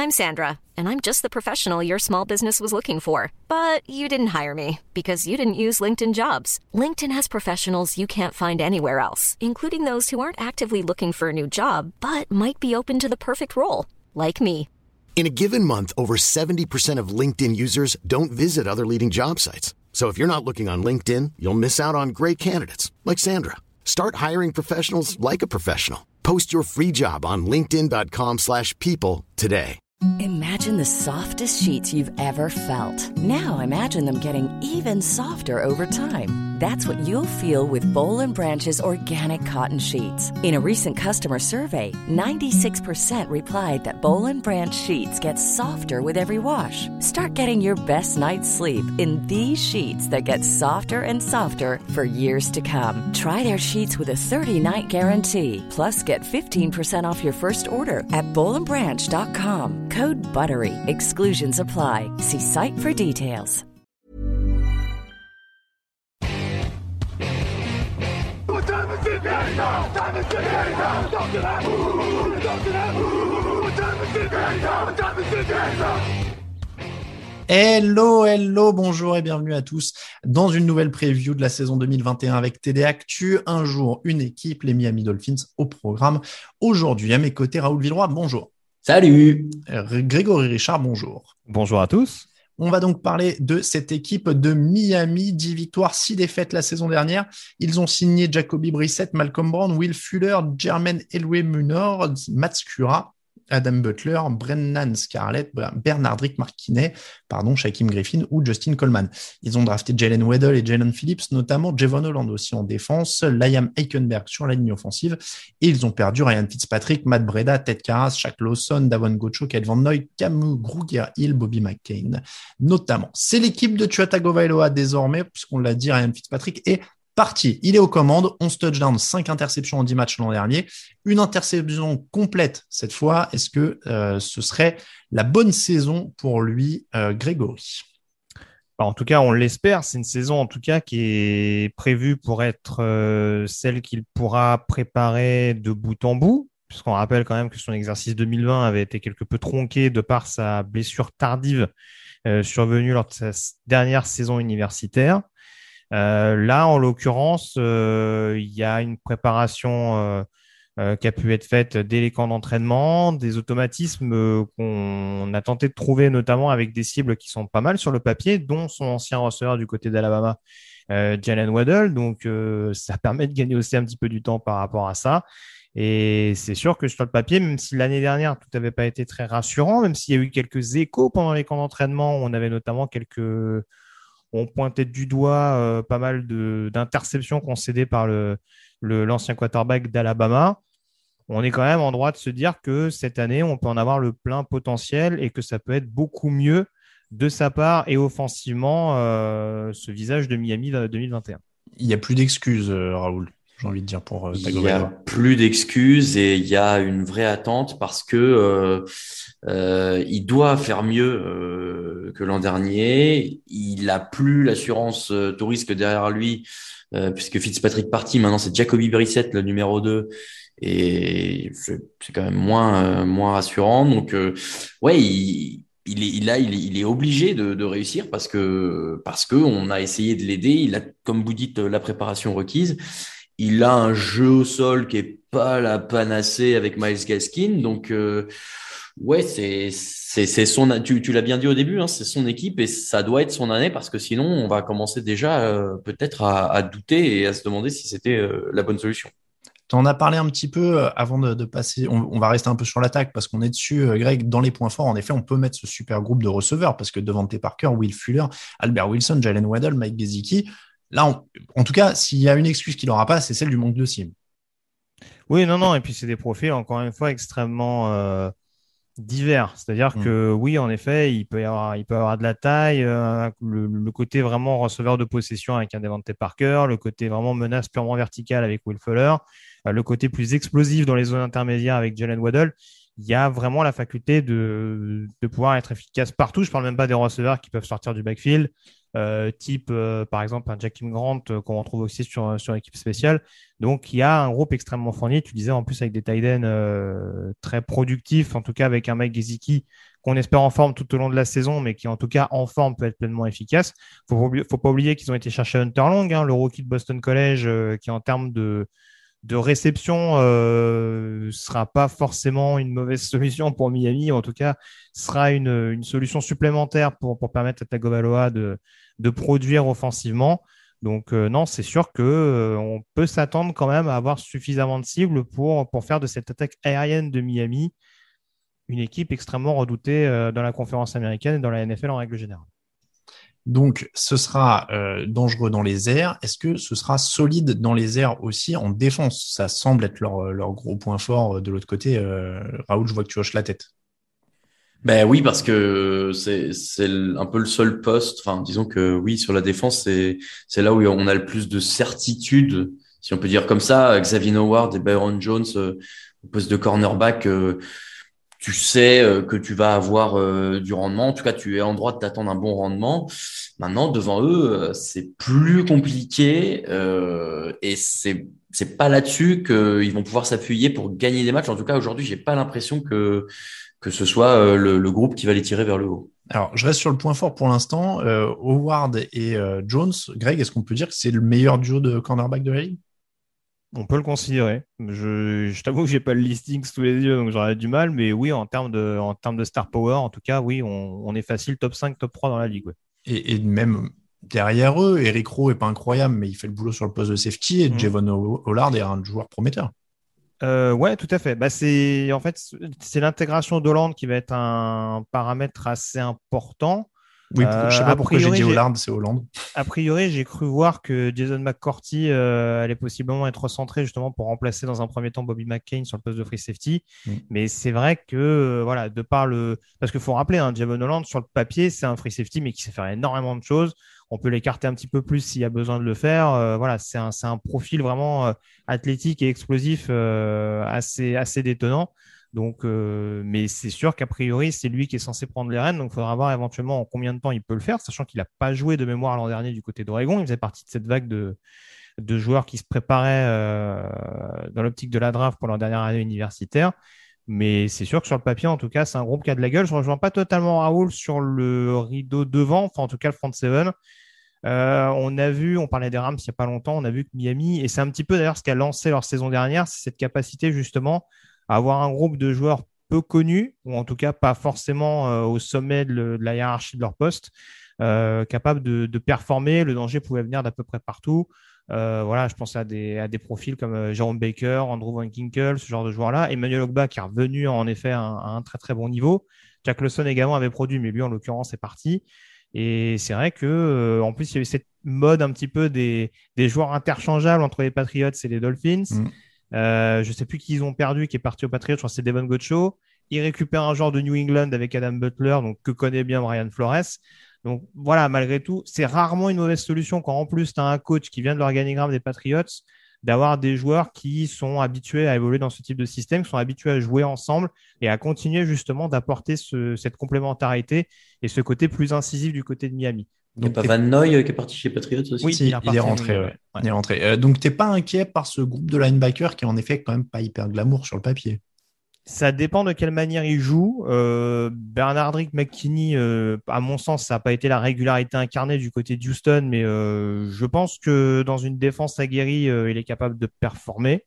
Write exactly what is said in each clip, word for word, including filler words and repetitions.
I'm Sandra, and I'm just the professional your small business was looking for. But you didn't hire me because you didn't use LinkedIn Jobs. LinkedIn has professionals you can't find anywhere else, including those who aren't actively looking for a new job, but might be open to the perfect role, like me. In a given month, over seventy percent of LinkedIn users don't visit other leading job sites. So if you're not looking on LinkedIn, you'll miss out on great candidates like Sandra. Start hiring professionals like a professional. Post your free job on linkedin.com slash people today. Imagine the softest sheets you've ever felt. Now imagine them getting even softer over time. That's what you'll feel with Boll and Branch's organic cotton sheets. In a recent customer survey, ninety-six percent replied that Boll and Branch sheets get softer with every wash. Start getting your best night's sleep in these sheets that get softer and softer for years to come. Try their sheets with a thirty-night guarantee. Plus, get fifteen percent off your first order at boll and branch dot com. Code BUTTERY. Exclusions apply. See site for details. Hello, hello, bonjour et bienvenue à tous dans une nouvelle preview de la saison deux mille vingt et un avec T D Actu. Un jour, une équipe, les Miami Dolphins au programme. Aujourd'hui, à mes côtés, Raoul Villeroy, bonjour. Salut. Grégory Richard, bonjour. Bonjour à tous. On va donc parler de cette équipe de Miami, dix victoires, six défaites la saison dernière. Ils ont signé Jacoby Brissett, Malcolm Brown, Will Fuller, Jermaine Eluemunor, Matt Skura, Adam Butler, Brennan Scarlett, Bernardrick Martinez, pardon, Shaquem Griffin ou Justin Coleman. Ils ont drafté Jalen Waddle et Jalen Phillips, notamment Javon Holland aussi en défense, Liam Eichenberg sur la ligne offensive, et ils ont perdu Ryan Fitzpatrick, Matt Breida, Ted Karras, Shaq Lawson, Davon Gocho, Kyle Van Noy, Camus Grugier-Hill, Bobby McCain, notamment. C'est l'équipe de Tua Tagovailoa désormais, puisqu'on l'a dit, Ryan Fitzpatrick est parti. Il est aux commandes, onze touchdowns, cinq interceptions en dix matchs l'an dernier. Une interception complète cette fois. Est-ce que euh, ce serait la bonne saison pour lui, euh, Grégory ? En tout cas, on l'espère. C'est une saison en tout cas qui est prévue pour être euh, celle qu'il pourra préparer de bout en bout, puisqu'on rappelle quand même que son exercice deux mille vingt avait été quelque peu tronqué de par sa blessure tardive euh, survenue lors de sa dernière saison universitaire. Euh, là, en l'occurrence, euh, il y a une préparation euh, euh, qui a pu être faite dès les camps d'entraînement, des automatismes euh, qu'on a tenté de trouver notamment avec des cibles qui sont pas mal sur le papier, dont son ancien receveur du côté d'Alabama, euh, Jalen Waddle. Donc, euh, ça permet de gagner aussi un petit peu du temps par rapport à ça. Et c'est sûr que sur le papier, même si l'année dernière, tout n'avait pas été très rassurant, même s'il y a eu quelques échos pendant les camps d'entraînement, on avait notamment quelques... On pointait du doigt euh, pas mal de, d'interceptions concédées par le, le, l'ancien quarterback d'Alabama. On est quand même en droit de se dire que cette année, on peut en avoir le plein potentiel et que ça peut être beaucoup mieux de sa part et offensivement euh, ce visage de Miami deux mille vingt et un. Il n'y a plus d'excuses, euh, Raoul, j'ai envie de dire, pour euh, Tagovailoa. Il n'y a plus d'excuses et il y a une vraie attente parce que euh, euh, il doit faire mieux euh, que l'an dernier. Il a plus l'assurance euh, tout risque derrière lui euh, puisque Fitzpatrick parti. Maintenant, c'est Jacoby Brissett, le numéro deux. Et c'est quand même moins euh, moins rassurant. Donc, euh, ouais, il Il est, il a, il est, il est obligé de, de réussir parce que, parce que on a essayé de l'aider. Il a, comme vous dites, la préparation requise. Il a un jeu au sol qui est pas la panacée avec Myles Gaskin. Donc, euh, ouais, c'est, c'est, c'est son, tu, tu l'as bien dit au début, hein, c'est son équipe et ça doit être son année parce que sinon, on va commencer déjà, euh, peut-être à, à douter et à se demander si c'était euh, la bonne solution. Tu en as parlé un petit peu avant de, de passer. On, on va rester un peu sur l'attaque parce qu'on est dessus, Greg. Dans les points forts, en effet, on peut mettre ce super groupe de receveurs parce que Devontae Parker, Will Fuller, Albert Wilson, Jalen Waddle, Mike Gesicki. Là, on, en tout cas, s'il y a une excuse qu'il n'aura pas, c'est celle du manque de cible. Oui, non, non. Et puis, c'est des profils, encore une fois, extrêmement euh, divers. C'est-à-dire mmh. que, oui, en effet, il peut y avoir, il peut y avoir de la taille, euh, le, le côté vraiment receveur de possession avec un Devontae Parker, le côté vraiment menace purement verticale avec Will Fuller, le côté plus explosif dans les zones intermédiaires avec Jalen Waddle. il y a vraiment la faculté de, de pouvoir être efficace partout. Je parle même pas des receveurs qui peuvent sortir du backfield, euh, type euh, par exemple un Jakeem Grant euh, qu'on retrouve aussi sur, sur l'équipe spéciale. Donc il y a un groupe extrêmement fourni. Tu disais en plus avec des tight ends euh, très productifs, en tout cas avec un Mike Gesicki qu'on espère en forme tout au long de la saison, mais qui en tout cas en forme peut être pleinement efficace. Faut pas oublier, faut pas oublier qu'ils ont été chercher Hunter Long, hein, le rookie de Boston College, euh, qui en termes de de réception euh, sera pas forcément une mauvaise solution pour Miami. En tout cas, sera une, une solution supplémentaire pour, pour permettre à Tagovailoa de, de produire offensivement. Donc euh, non, c'est sûr que euh, on peut s'attendre quand même à avoir suffisamment de cibles pour, pour faire de cette attaque aérienne de Miami une équipe extrêmement redoutée euh, dans la conférence américaine et dans la N F L en règle générale. Donc, ce sera euh, dangereux dans les airs. Est-ce que ce sera solide dans les airs aussi en défense? Ça semble être leur, leur gros point fort de l'autre côté. Euh, Raoul, je vois que tu hoches la tête. Ben oui, parce que c'est c'est un peu le seul poste. Enfin, disons que oui, sur la défense, c'est c'est là où on a le plus de certitude, si on peut dire comme ça. Xavier Howard et Byron Jones euh, au poste de cornerback. Euh, tu sais euh, que tu vas avoir euh, du rendement. En tout cas, tu es en droit de t'attendre un bon rendement. Maintenant, devant eux, euh, c'est plus compliqué euh, et c'est c'est pas là-dessus qu'ils vont pouvoir s'appuyer pour gagner des matchs. En tout cas, aujourd'hui, j'ai pas l'impression que que ce soit euh, le, le groupe qui va les tirer vers le haut. Alors, je reste sur le point fort pour l'instant. Euh, Howard et euh, Jones. Greg, est-ce qu'on peut dire que c'est le meilleur duo de cornerback de la ligue? On peut le considérer. Je, je t'avoue que j'ai pas le listing sous les yeux, donc j'aurais du mal. Mais oui, en termes de, en termes de star power, en tout cas, oui, on, on est facile top cinq, top trois dans la ligue. Ouais. Et, et même derrière eux, Eric Rowe est pas incroyable, mais il fait le boulot sur le poste de safety. Et Mmh. Javon Hollard est un joueur prometteur. Euh, ouais, tout à fait. Bah, c'est, en fait, c'est l'intégration d'Hollande qui va être un paramètre assez important. Oui, pour- je Euh, sais pas a pourquoi j'ai priori, dit j'ai, Hollard, c'est Hollande. a priori, j'ai cru voir que Jason McCourty euh, allait possiblement être recentré justement pour remplacer dans un premier temps Bobby McCain sur le poste de free safety. Mm. Mais c'est vrai que, euh, voilà, de par le. Parce qu'il faut rappeler, hein, Javon Holland, sur le papier, c'est un free safety, mais qui sait faire énormément de choses. On peut l'écarter un petit peu plus s'il y a besoin de le faire. Euh, voilà, c'est un, c'est un profil vraiment euh, athlétique et explosif euh, assez, assez détonnant. Donc, euh, mais c'est sûr qu'a priori, c'est lui qui est censé prendre les rênes. Donc, il faudra voir éventuellement en combien de temps il peut le faire, sachant qu'il n'a pas joué de mémoire l'an dernier du côté d'Oregon. Il faisait partie de cette vague de, de joueurs qui se préparaient euh, dans l'optique de la draft pour leur dernière année universitaire. Mais c'est sûr que sur le papier, en tout cas, c'est un groupe qui a de la gueule. Je ne rejoins pas totalement Raoul sur le rideau devant, enfin, en tout cas, le front seven. Euh, on a vu, on parlait des Rams il n'y a pas longtemps, on a vu que Miami, et c'est un petit peu d'ailleurs ce qui a lancé leur saison dernière, c'est cette capacité justement à avoir un groupe de joueurs peu connus, ou en tout cas pas forcément euh, au sommet de, le, de la hiérarchie de leur poste, euh, capables de, de performer. Le danger pouvait venir d'à peu près partout. Euh, voilà, je pense à des, à des profils comme euh, Jerome Baker, Andrew Van Ginkel, ce genre de joueurs-là. Emmanuel Ogba qui est revenu en effet à un, à un très très bon niveau. Jack Lawson également avait produit, mais lui en l'occurrence est parti. Et c'est vrai que, euh, en plus, il y a eu cette mode un petit peu des, des joueurs interchangeables entre les Patriots et les Dolphins. Mm. Euh, je ne sais plus qui ils ont perdu, qui est parti aux Patriots. Je crois que c'est Devon Gocho. Ils récupèrent un joueur de New England avec Adam Butler, donc que connaît bien Brian Flores. Donc voilà, malgré tout, c'est rarement une mauvaise solution quand en plus tu as un coach qui vient de l'organigramme des Patriots, d'avoir des joueurs qui sont habitués à évoluer dans ce type de système, qui sont habitués à jouer ensemble et à continuer justement d'apporter ce, cette complémentarité et ce côté plus incisif du côté de Miami. Il n'y a Donc, pas t'es- Van Noy euh, qui est parti chez Patriots aussi? Oui, Si, il est il est reparti en rentré. New Ouais. York, ouais. Il est rentré. Euh, donc, t'es pas inquiet par ce groupe de linebackers qui est en effet quand même pas hyper glamour sur le papier. Ça dépend de quelle manière il joue. Euh, Bernardrick McKinney, euh, à mon sens, ça n'a pas été la régularité incarnée du côté de Houston, mais euh, je pense que dans une défense aguerrie, euh, il est capable de performer.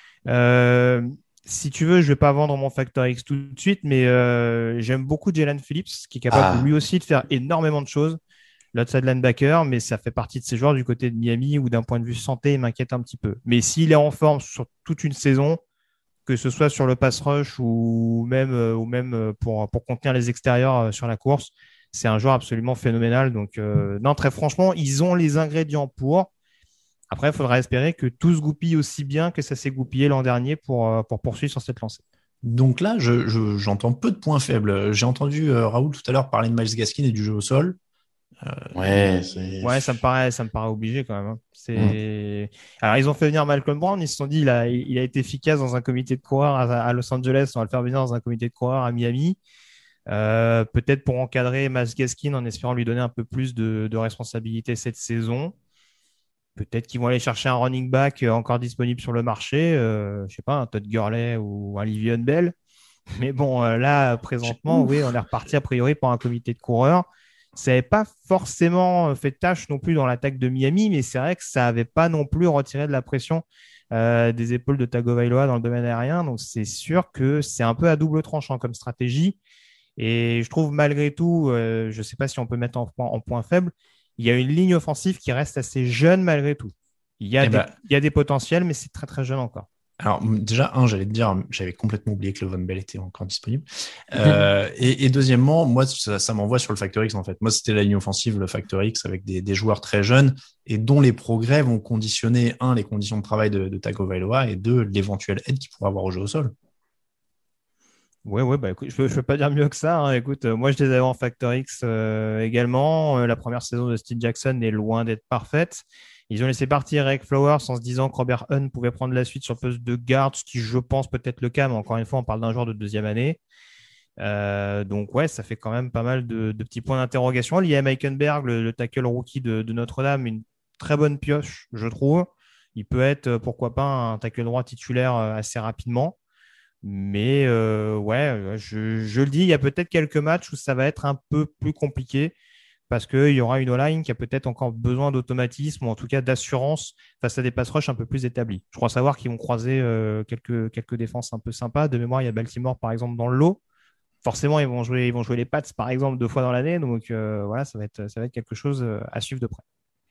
Euh, si tu veux, je vais pas vendre mon Factor X tout de suite, mais euh, j'aime beaucoup Jalen Phillips, qui est capable Ah. lui aussi de faire énormément de choses. L'outside linebacker, mais ça fait partie de ces joueurs du côté de Miami où d'un point de vue santé, il m'inquiète un petit peu. Mais s'il est en forme sur toute une saison, que ce soit sur le pass rush ou même, euh, ou même euh, pour, pour contenir les extérieurs euh, sur la course, c'est un joueur absolument phénoménal. Donc, euh, non, très franchement, ils ont les ingrédients pour. Après, il faudra espérer que tout se goupille aussi bien que ça s'est goupillé l'an dernier pour, euh, pour poursuivre sur cette lancée. Donc là, je, je- j'entends peu de points faibles. J'ai entendu euh, Raoul tout à l'heure parler de Myles Gaskin et du jeu au sol. Ouais, c'est... Ouais, ça me paraît, ça me paraît obligé quand même. Hein. C'est... Mm. Alors, ils ont fait venir Malcolm Brown. Ils se sont dit, il a, il a été efficace dans un comité de coureurs à, à Los Angeles. On va le faire venir dans un comité de coureurs à Miami. Euh, peut-être pour encadrer Myles Gaskin en espérant lui donner un peu plus de, de responsabilité cette saison. Peut-être qu'ils vont aller chercher un running back encore disponible sur le marché. Euh, je sais pas, un Todd Gurley ou un Le'Veon Bell. Mais bon, euh, là, présentement, oui, on est reparti a priori pour un comité de coureurs. Ça n'avait pas forcément fait tâche non plus dans l'attaque de Miami, mais c'est vrai que ça n'avait pas non plus retiré de la pression euh, des épaules de Tagovailoa dans le domaine aérien. Donc, c'est sûr que c'est un peu à double tranchant comme stratégie. Et je trouve malgré tout, euh, je ne sais pas si on peut mettre en point, en point faible, il y a une ligne offensive qui reste assez jeune malgré tout. Il y a, des, bah, il y a des potentiels, mais c'est très très jeune encore. Alors déjà, un, j'allais te dire, j'avais complètement oublié que le Von Bell était encore disponible. Euh, et, et deuxièmement, moi, ça, ça m'envoie sur le Factor X en fait. Moi, c'était la ligne offensive, le Factor X, avec des, des joueurs très jeunes et dont les progrès vont conditionner, un, les conditions de travail de, de Tagovailoa et deux, l'éventuelle aide qu'il pourra avoir au jeu au sol. Ouais, ouais, bah écoute, je peux, je peux pas dire mieux que ça. Hein. Écoute, euh, moi je les avais en Factor X euh, également. Euh, la première saison de Steve Jackson est loin d'être parfaite. Ils ont laissé partir Eric Flowers en se disant que Robert Hunt pouvait prendre la suite sur le poste de garde, ce qui je pense peut être le cas, mais encore une fois, on parle d'un joueur de deuxième année. Euh, donc ouais, ça fait quand même pas mal de, de petits points d'interrogation. Liam Eikenberg, le, le tackle rookie de, de Notre-Dame, une très bonne pioche, je trouve. Il peut être, pourquoi pas, un tackle droit titulaire assez rapidement. Mais euh, ouais, je, je le dis, il y a peut-être quelques matchs où ça va être un peu plus compliqué parce qu'il y aura une O-line qui a peut-être encore besoin d'automatisme ou en tout cas d'assurance face à des pass rush un peu plus établis. Je crois savoir qu'ils vont croiser euh, quelques, quelques défenses un peu sympas. De mémoire, il y a Baltimore par exemple dans le lot. Forcément, ils vont jouer, ils vont jouer les Pats par exemple deux fois dans l'année. Donc euh, voilà, ça va être, ça va être quelque chose à suivre de près.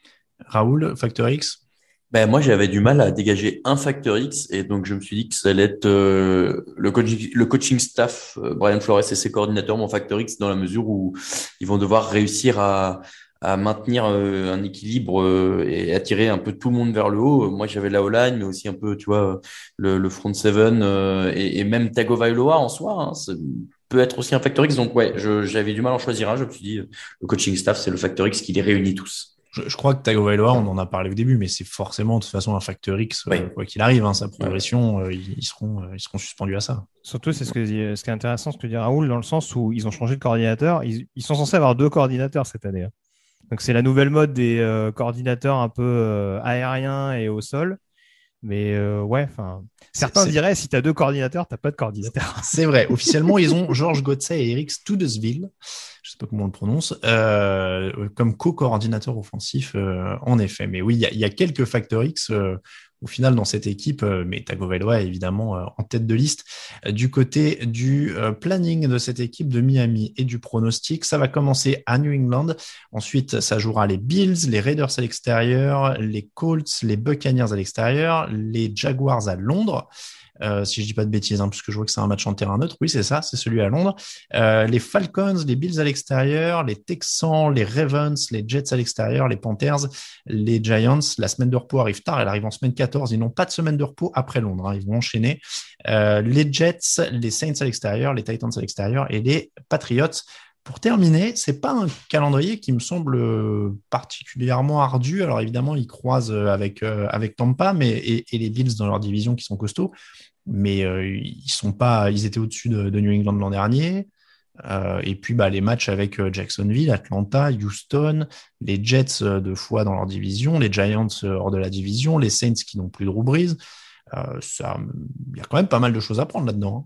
Raoul, Factor X? Ben, moi, j'avais du mal à dégager un Factor X et donc je me suis dit que ça allait être euh, le, coaching, le coaching staff, euh, Brian Flores et ses coordinateurs, mon Factor X, dans la mesure où ils vont devoir réussir à, à maintenir euh, un équilibre euh, et attirer un peu tout le monde vers le haut. Moi, j'avais la O-line, mais aussi un peu, tu vois, le, le front seven euh, et, et même Tagovailoa en soi. Hein, c'est, peut être aussi un Factor X. Donc, ouais, je, j'avais du mal à en choisir un. Je me suis dit, le coaching staff, c'est le Factor X qui les réunit tous. Je, je crois que Tagovailoa, on en a parlé au début, mais c'est forcément de toute façon un Factor X, oui. euh, quoi qu'il arrive. Hein, sa progression, euh, ils, seront, euh, ils seront suspendus à ça. Surtout, c'est ce, que, ce qui est intéressant, ce que dit Raoul, dans le sens où ils ont changé de coordinateur. Ils, ils sont censés avoir deux coordinateurs cette année. Hein. Donc, c'est la nouvelle mode des euh, coordinateurs un peu euh, aériens et au sol. Mais euh, ouais, enfin, certains c'est... diraient si tu as deux coordinateurs, tu n'as pas de coordinateur. C'est vrai. Officiellement, ils ont Georges Godsey et Eric Studesville, je sais pas comment on le prononce, euh, comme co-coordinateur offensif, euh, en effet. Mais oui, il y, y a quelques Factor X euh, au final dans cette équipe, euh, mais Tagovailoa est évidemment euh, en tête de liste. Euh, du côté du euh, planning de cette équipe de Miami et du pronostic, ça va commencer à New England. Ensuite, ça jouera les Bills, les Raiders à l'extérieur, les Colts, les Buccaneers à l'extérieur, les Jaguars à Londres. Euh, si je dis pas de bêtises, hein, puisque je vois que c'est un match en terrain neutre. Oui, c'est ça, c'est celui à Londres. Euh, les Falcons, les Bills à l'extérieur, les Texans, les Ravens, les Jets à l'extérieur, les Panthers, les Giants. La semaine de repos arrive tard, elle arrive en semaine quatorze. Ils n'ont pas de semaine de repos après Londres, hein, ils vont enchaîner. Euh, les Jets, les Saints à l'extérieur, les Titans à l'extérieur et les Patriots. Pour terminer, c'est pas un calendrier qui me semble particulièrement ardu. Alors évidemment, ils croisent avec euh, avec Tampa, mais et, et les Bills dans leur division qui sont costauds, mais euh, ils sont pas, ils étaient au-dessus de, de New England l'an dernier. Euh, et puis bah les matchs avec Jacksonville, Atlanta, Houston, les Jets euh, deux fois dans leur division, les Giants euh, hors de la division, les Saints qui n'ont plus de Drew Brees. Euh, ça, il y a quand même pas mal de choses à prendre là-dedans. Hein.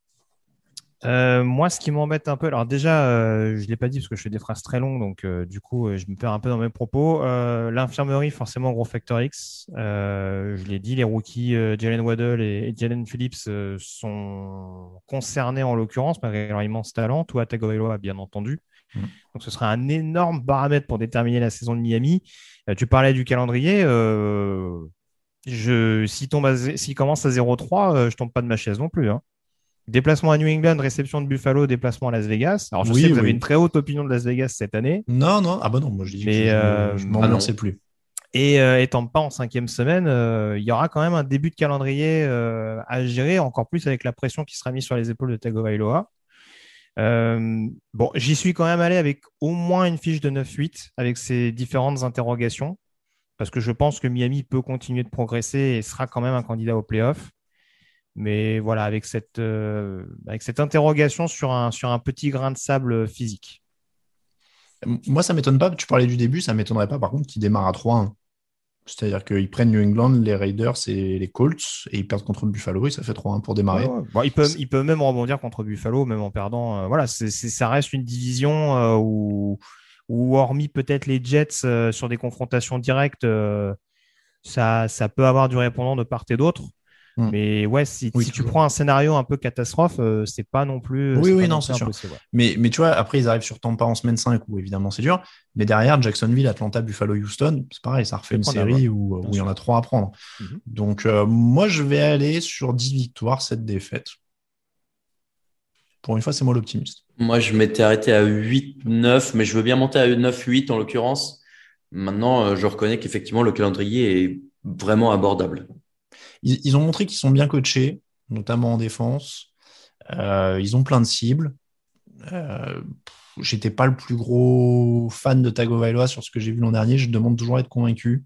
Euh, moi, ce qui m'embête un peu, alors déjà, euh, je l'ai pas dit parce que je fais des phrases très longues, donc euh, du coup, euh, je me perds un peu dans mes propos. Euh, l'infirmerie, forcément, gros Factor X. Euh, je l'ai dit, les rookies euh, Jalen Waddle et, et Jalen Phillips euh, sont concernés en l'occurrence, malgré leur immense talent. Tua Tagovailoa, bien entendu. Mmh. Donc, ce sera un énorme paramètre pour déterminer la saison de Miami. Euh, tu parlais du calendrier. Euh, je, s'il tombe à, s'il commence à zéro trois, euh, je tombe pas de ma chaise non plus. Hein. Déplacement à New England, réception de Buffalo, déplacement à Las Vegas. Alors, je oui, sais que vous oui. avez une très haute opinion de Las Vegas cette année. Non, non. Ah bah non, moi je dis mais, que je, euh, je m'en ah lançais plus. Et euh, étant pas en cinquième semaine, euh, il y aura quand même un début de calendrier euh, à gérer, encore plus avec la pression qui sera mise sur les épaules de Tagovailoa. Euh, bon, j'y suis quand même allé avec au moins une fiche de neuf huit avec ces différentes interrogations parce que je pense que Miami peut continuer de progresser et sera quand même un candidat au playoff. Mais voilà, avec cette, euh, avec cette interrogation sur un, sur un petit grain de sable physique. Moi, ça m'étonne pas. Tu parlais du début, ça m'étonnerait pas par contre qu'ils démarrent à trois un. C'est-à-dire qu'ils prennent New England, les Raiders et les Colts et ils perdent contre Buffalo et ça fait trois un pour démarrer. Ouais, ouais. Bon, ils peuvent, ils peuvent même rebondir contre Buffalo, même en perdant. Euh, voilà, c'est, c'est, ça reste une division euh, où, où, hormis peut-être les Jets euh, sur des confrontations directes, euh, ça, ça peut avoir du répondant de part et d'autre. Hmm. Mais ouais, si, oui, si tu prends un scénario un peu catastrophe, euh, c'est pas non plus. Oui, c'est oui, pas non, non c'est sûr. Ouais. Mais, mais tu vois, après, ils arrivent sur Tampa en semaine cinq, où évidemment c'est dur. Mais derrière, Jacksonville, Atlanta, Buffalo, Houston, c'est pareil, ça refait une série où, où il y en a trois à prendre. Mm-hmm. Donc, euh, moi, je vais aller sur dix victoires, sept défaites. Pour une fois, c'est moi l'optimiste. Moi, je m'étais arrêté à huit neuf, mais je veux bien monter à neuf huit en l'occurrence. Maintenant, je reconnais qu'effectivement, le calendrier est vraiment abordable. Ils, ils ont montré qu'ils sont bien coachés, notamment en défense. Euh, ils ont plein de cibles. Euh, j'étais pas le plus gros fan de Tagovailoa sur ce que j'ai vu l'an dernier. Je demande toujours à être convaincu.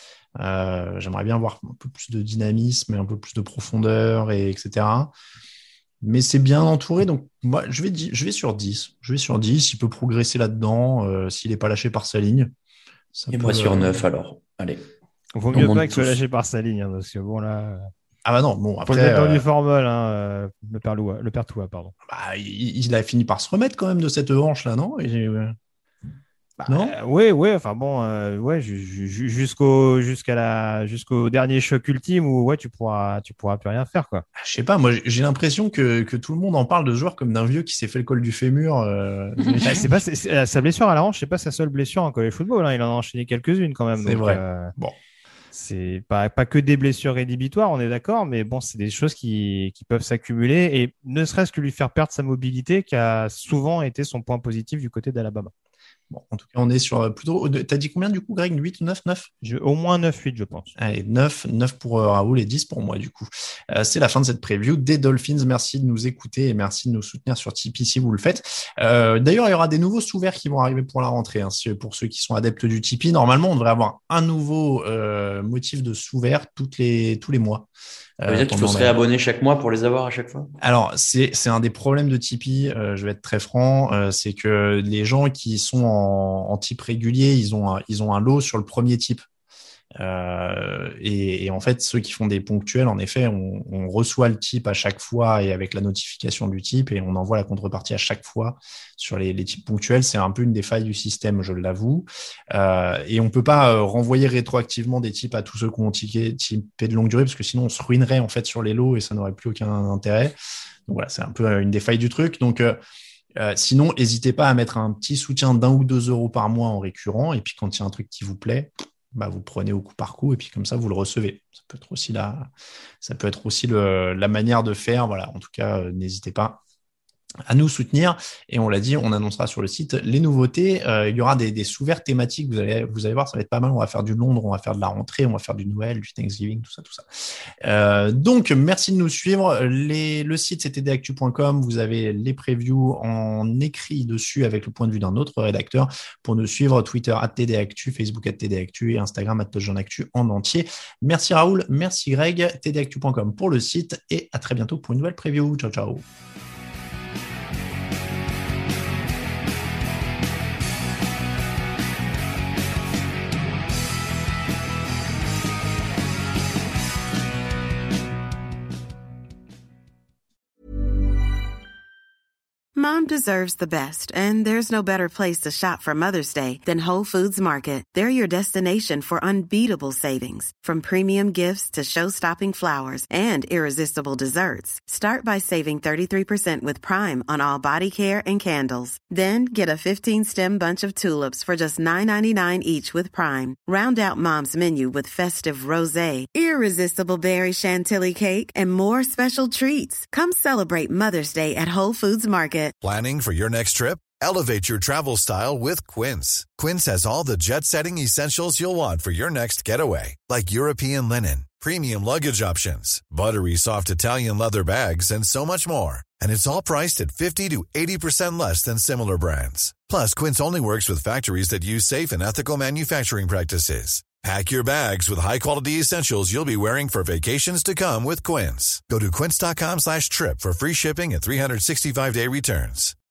Euh, j'aimerais bien voir un peu plus de dynamisme et un peu plus de profondeur, et, etc. Mais c'est bien entouré. Donc, moi, je vais, je vais sur dix. Je vais sur dix. Il peut progresser là-dedans euh, s'il n'est pas lâché par sa ligne. Ça et peut, moi sur euh... neuf, alors. Allez. Vaut mieux pas qu'il soit lâché par sa ligne, hein, parce que bon, là. Ah bah non, bon, après. Faut le mettre dans euh... du formol, hein, le père Loua, le père Toua, pardon. Bah, il, il a fini par se remettre quand même de cette hanche là, non et, euh... bah, Non euh, Oui, oui, enfin bon, euh, ouais, jusqu'au jusqu'à la jusqu'au dernier choc ultime où ouais, tu pourras tu pourras plus rien faire, quoi. Je sais pas, moi j'ai l'impression que, que tout le monde en parle de ce joueur comme d'un vieux qui s'est fait le col du fémur. Euh... bah, c'est pas c'est, c'est, sa blessure à la hanche, c'est pas sa seule blessure en college football, hein, il en a enchaîné quelques-unes quand même. C'est donc, vrai. Euh... Bon. C'est pas, pas que des blessures rédhibitoires, on est d'accord, mais bon, c'est des choses qui, qui peuvent s'accumuler et ne serait-ce que lui faire perdre sa mobilité qui a souvent été son point positif du côté d'Alabama. Bon, en tout cas, on est sur plutôt. T'as dit combien du coup, Greg? huit ou neuf? neuf je, Au moins neuf huit, je pense. Allez, neuf, neuf pour euh, Raoul et dix pour moi, du coup. Euh, c'est la fin de cette preview des Dolphins. Merci de nous écouter et merci de nous soutenir sur Tipeee si vous le faites. Euh, d'ailleurs, il y aura des nouveaux sous-verts qui vont arriver pour la rentrée. Hein, pour ceux qui sont adeptes du Tipeee, normalement, on devrait avoir un nouveau euh, motif de sous-vert toutes les, tous les mois. Ça veut dire qu'il faut se réabonner chaque mois pour les avoir à chaque fois? Alors, c'est, c'est un des problèmes de Tipeee, euh, je vais être très franc, euh, c'est que les gens qui sont en, en type régulier, ils ont, un, ils ont un lot sur le premier type. Euh, et, et en fait, ceux qui font des ponctuels, en effet, on, on reçoit le type à chaque fois et avec la notification du type et on envoie la contrepartie à chaque fois sur les, les types ponctuels. C'est un peu une des failles du système, je l'avoue. Euh, et on peut pas euh, renvoyer rétroactivement des types à tous ceux qui ont tiqué, typé de longue durée parce que sinon on se ruinerait en fait sur les lots et ça n'aurait plus aucun intérêt. Donc voilà, c'est un peu une des failles du truc. Donc euh, Euh, sinon, n'hésitez pas à mettre un petit soutien d'un ou deux euros par mois en récurrent. Et puis, quand il y a un truc qui vous plaît, bah, vous prenez au coup par coup et puis comme ça, vous le recevez. Ça peut être aussi la, ça peut être aussi le, la manière de faire. Voilà. En tout cas, euh, n'hésitez pas à nous soutenir. Et on l'a dit, on annoncera sur le site les nouveautés. Euh, il y aura des, des sous-verts thématiques. Vous allez, vous allez voir, ça va être pas mal. On va faire du Londres, on va faire de la rentrée, on va faire du Noël, du Thanksgiving, tout ça, tout ça. Euh, donc, merci de nous suivre. Les, le site, c'est t d actu point com. Vous avez les previews en écrit dessus avec le point de vue d'un autre rédacteur pour nous suivre. Twitter, arobase t d actu, Facebook, arobase t d actu et Instagram, arobase touchdownactu en entier. Merci Raoul, merci Greg. t d actu point com pour le site et à très bientôt pour une nouvelle preview. Ciao, ciao. Mom deserves the best, and there's no better place to shop for Mother's Day than Whole Foods Market. They're your destination for unbeatable savings, from premium gifts to show-stopping flowers and irresistible desserts. Start by saving thirty-three percent with Prime on all body care and candles. Then get a fifteen-stem bunch of tulips for just nine ninety-nine each with Prime. Round out Mom's menu with festive rosé, irresistible berry chantilly cake, and more special treats. Come celebrate Mother's Day at Whole Foods Market. Planning for your next trip? Elevate your travel style with Quince. Quince has all the jet-setting essentials you'll want for your next getaway, like European linen, premium luggage options, buttery soft Italian leather bags, and so much more. And it's all priced at fifty to eighty percent less than similar brands. Plus, Quince only works with factories that use safe and ethical manufacturing practices. Pack your bags with high-quality essentials you'll be wearing for vacations to come with Quince. Go to quince.com slash trip for free shipping and three sixty-five day returns.